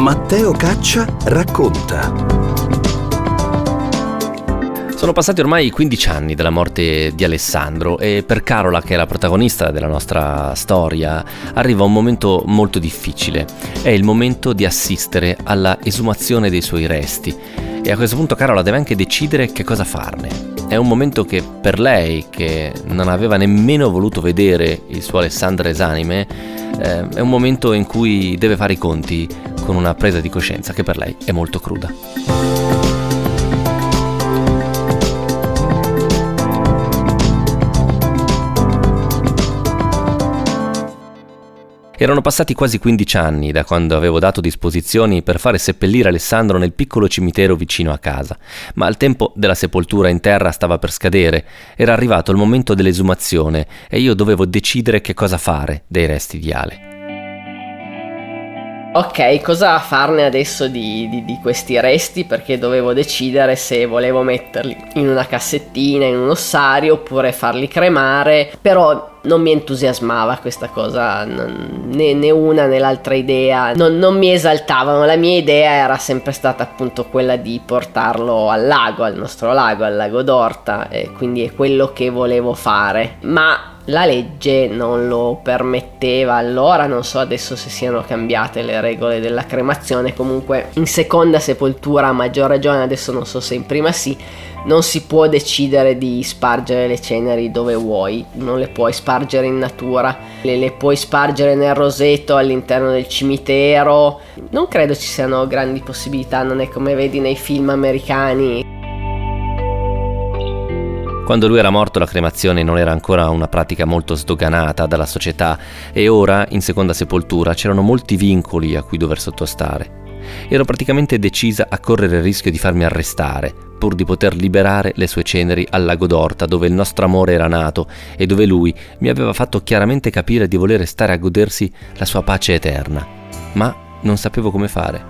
Matteo Caccia racconta. Sono passati ormai 15 anni dalla morte di Alessandro e per Carola, che è la protagonista della nostra storia, arriva un momento molto difficile. È il momento di assistere alla esumazione dei suoi resti e a questo punto Carola deve anche decidere che cosa farne. È un momento che per lei, che non aveva nemmeno voluto vedere il suo Alessandro esanime, è un momento in cui deve fare i conti con una presa di coscienza che per lei è molto cruda. Erano passati quasi 15 anni da quando avevo dato disposizioni per fare seppellire Alessandro nel piccolo cimitero vicino a casa, ma il tempo della sepoltura in terra stava per scadere, era arrivato il momento dell'esumazione e io dovevo decidere che cosa fare dei resti di Ale. Ok, cosa farne adesso di questi resti? Perché dovevo decidere se volevo metterli in una cassettina, in un ossario, oppure farli cremare, però non mi entusiasmava questa cosa, né una né l'altra idea, non mi esaltavano. La mia idea era sempre stata appunto quella di portarlo al lago, al nostro lago, al lago d'Orta, e quindi è quello che volevo fare, ma la legge non lo permetteva allora, non so adesso se siano cambiate le regole della cremazione. Comunque in seconda sepoltura, a maggior ragione, adesso non so se in prima sì, non si può decidere di spargere le ceneri dove vuoi, non le puoi spargere in natura, le puoi spargere nel roseto all'interno del cimitero. Non credo ci siano grandi possibilità, non è come vedi nei film americani. Quando lui era morto la cremazione non era ancora una pratica molto sdoganata dalla società e ora, in seconda sepoltura, c'erano molti vincoli a cui dover sottostare. Ero praticamente decisa a correre il rischio di farmi arrestare, pur di poter liberare le sue ceneri al lago d'Orta, dove il nostro amore era nato e dove lui mi aveva fatto chiaramente capire di voler stare a godersi la sua pace eterna. Ma non sapevo come fare.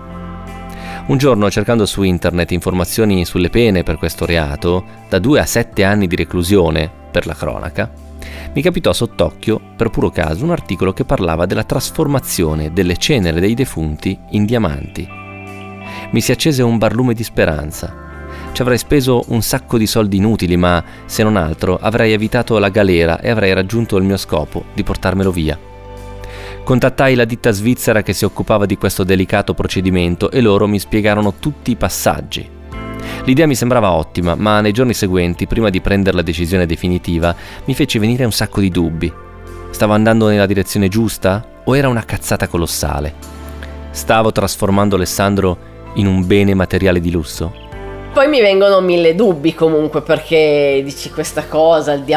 Un giorno, cercando su internet informazioni sulle pene per questo reato, da 2 a 7 anni di reclusione per la cronaca, mi capitò sott'occhio, per puro caso, un articolo che parlava della trasformazione delle ceneri dei defunti in diamanti. Mi si accese un barlume di speranza. Ci avrei speso un sacco di soldi inutili, ma se non altro avrei evitato la galera e avrei raggiunto il mio scopo di portarmelo via. Contattai la ditta svizzera che si occupava di questo delicato procedimento e loro mi spiegarono tutti i passaggi. L'idea mi sembrava ottima, ma nei giorni seguenti, prima di prendere la decisione definitiva, mi fece venire un sacco di dubbi. Stavo andando nella direzione giusta o era una cazzata colossale? Stavo trasformando Alessandro in un bene materiale di lusso? Poi mi vengono 1000 dubbi comunque, perché dici questa cosa, il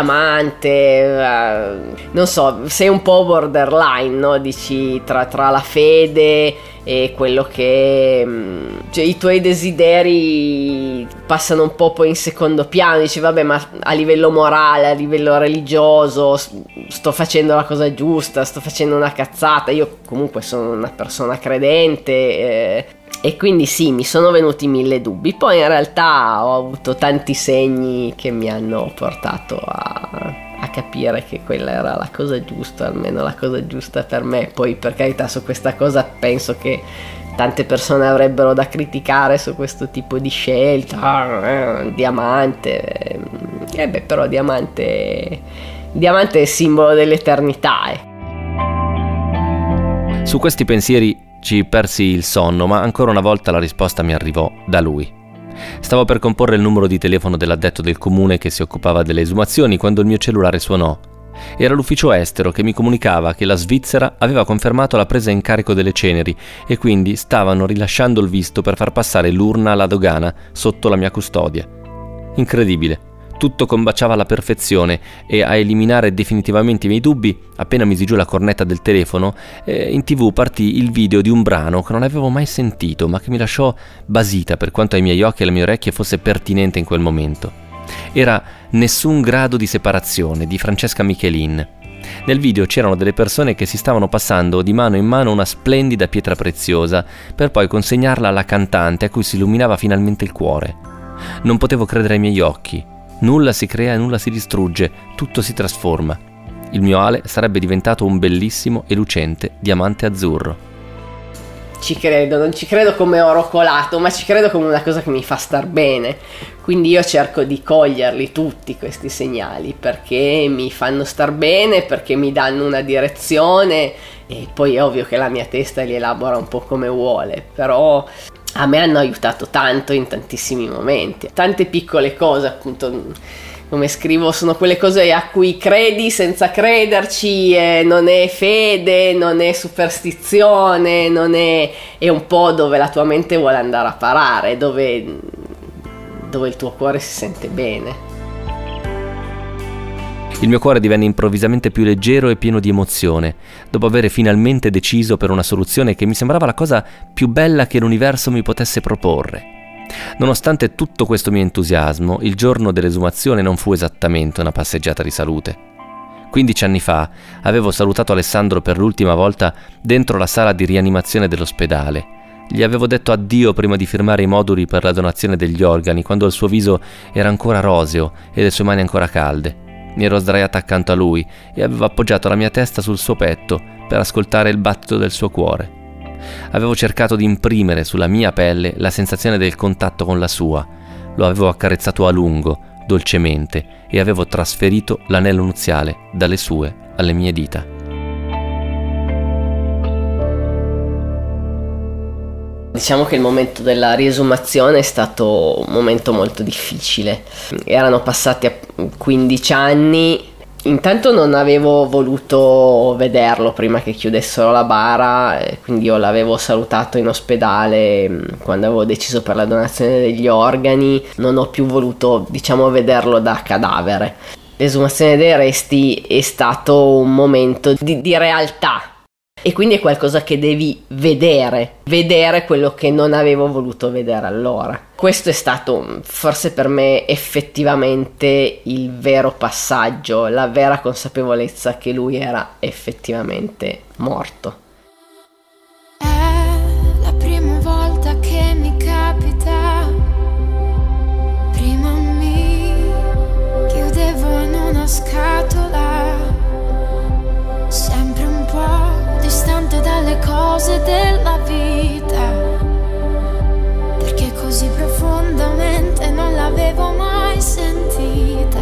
diamante, non so, sei un po' borderline, no? Dici tra la fede e quello che cioè, i tuoi desideri passano un po' poi in secondo piano. Dici vabbè, ma a livello morale, a livello religioso sto facendo la cosa giusta, sto facendo una cazzata. Io comunque sono una persona credente, e quindi sì, mi sono venuti 1000 dubbi. Poi in realtà ho avuto tanti segni che mi hanno portato a capire che quella era la cosa giusta, almeno la cosa giusta per me. Poi per carità, su questa cosa penso che tante persone avrebbero da criticare su questo tipo di scelta. Diamante, però diamante è simbolo dell'eternità. Su questi pensieri ci persi il sonno, ma ancora una volta la risposta mi arrivò da lui. Stavo per comporre il numero di telefono dell'addetto del comune che si occupava delle esumazioni quando il mio cellulare suonò. Era l'ufficio estero che mi comunicava che la Svizzera aveva confermato la presa in carico delle ceneri e quindi stavano rilasciando il visto per far passare l'urna alla dogana sotto la mia custodia. Incredibile. Tutto combaciava alla perfezione e a eliminare definitivamente i miei dubbi, appena misi giù la cornetta del telefono, in TV partì il video di un brano che non avevo mai sentito, ma che mi lasciò basita per quanto ai miei occhi e alle mie orecchie fosse pertinente in quel momento. Era Nessun grado di separazione di Francesca Michelin. Nel video c'erano delle persone che si stavano passando di mano in mano una splendida pietra preziosa per poi consegnarla alla cantante a cui si illuminava finalmente il cuore. Non potevo credere ai miei occhi. Nulla si crea e nulla si distrugge, tutto si trasforma. Il mio Ale sarebbe diventato un bellissimo e lucente diamante azzurro. ci credo, non ci credo come oro colato, ma ci credo come una cosa che mi fa star bene. Quindi io cerco di coglierli tutti questi segnali, perché mi fanno star bene, perché mi danno una direzione, e poi è ovvio che la mia testa li elabora un po' come vuole, però a me hanno aiutato tanto in tantissimi momenti. Tante piccole cose, appunto, come scrivo, sono quelle cose a cui credi senza crederci, non è fede, non è superstizione, è un po' dove la tua mente vuole andare a parare, dove il tuo cuore si sente bene. Il mio cuore divenne improvvisamente più leggero e pieno di emozione, dopo aver finalmente deciso per una soluzione che mi sembrava la cosa più bella che l'universo mi potesse proporre. Nonostante tutto questo mio entusiasmo, il giorno dell'esumazione non fu esattamente una passeggiata di salute. 15 anni fa avevo salutato Alessandro per l'ultima volta dentro la sala di rianimazione dell'ospedale. Gli avevo detto addio prima di firmare i moduli per la donazione degli organi, quando il suo viso era ancora roseo e le sue mani ancora calde. Mi ero sdraiata accanto a lui e avevo appoggiato la mia testa sul suo petto per ascoltare il battito del suo cuore. Avevo cercato di imprimere sulla mia pelle la sensazione del contatto con la sua. Lo avevo accarezzato a lungo, dolcemente, e avevo trasferito l'anello nuziale dalle sue alle mie dita. Diciamo che il momento della riesumazione è stato un momento molto difficile. Erano passati 15 anni. Intanto non avevo voluto vederlo prima che chiudessero la bara, quindi io l'avevo salutato in ospedale quando avevo deciso per la donazione degli organi. Non ho più voluto, diciamo, vederlo da cadavere. L'esumazione dei resti è stato un momento di realtà. E quindi è qualcosa che devi vedere quello che non avevo voluto vedere allora. Questo è stato forse per me effettivamente il vero passaggio, la vera consapevolezza che lui era effettivamente morto. È la prima volta che mi capita, prima mi chiudevo in una scatola, sempre un po' distante dalle cose della vita, perché così profondamente non l'avevo mai sentita.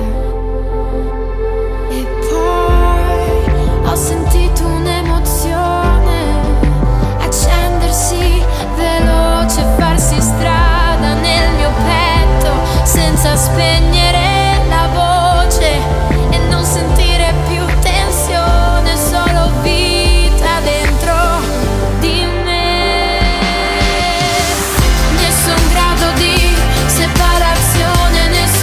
E poi ho sentito un'emozione accendersi veloce, farsi strada nel mio petto senza spegnere la voce e non sentire più tensione, solo vita dentro di me. Nessun grado di separazione,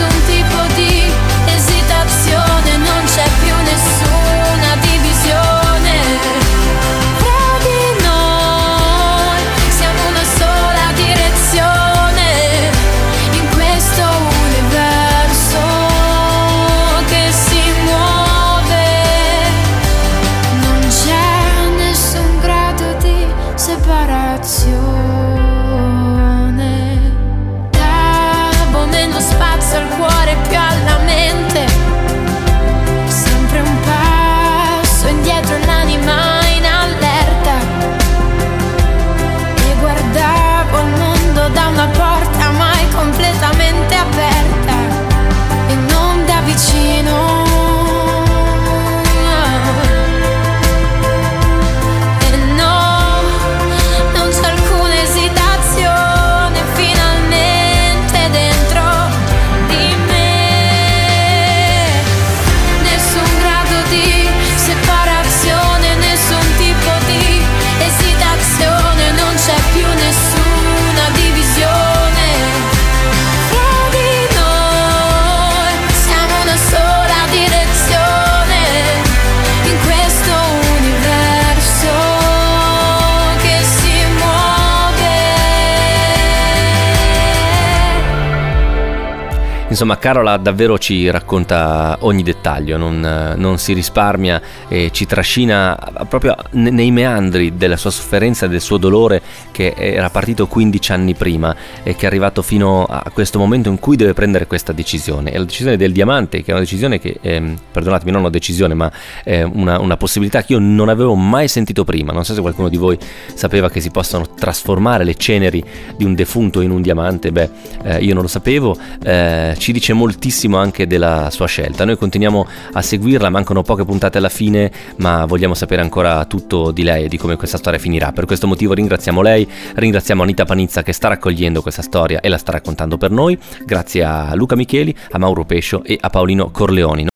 Insomma, Carola davvero ci racconta ogni dettaglio, non si risparmia e ci trascina proprio nei meandri della sua sofferenza e del suo dolore, che era partito 15 anni prima e che è arrivato fino a questo momento in cui deve prendere questa decisione. È la decisione del diamante, che è una decisione che, perdonatemi, non una decisione, ma è una possibilità che io non avevo mai sentito prima. Non so se qualcuno di voi sapeva che si possono trasformare le ceneri di un defunto in un diamante. Io non lo sapevo. Ci dice moltissimo anche della sua scelta. Noi continuiamo a seguirla, mancano poche puntate alla fine, ma vogliamo sapere ancora tutto di lei e di come questa storia finirà. Per questo motivo ringraziamo lei, ringraziamo Anita Panizza che sta raccogliendo questa storia e la sta raccontando per noi. Grazie a Luca Micheli, a Mauro Pescio e a Paolino Corleoni.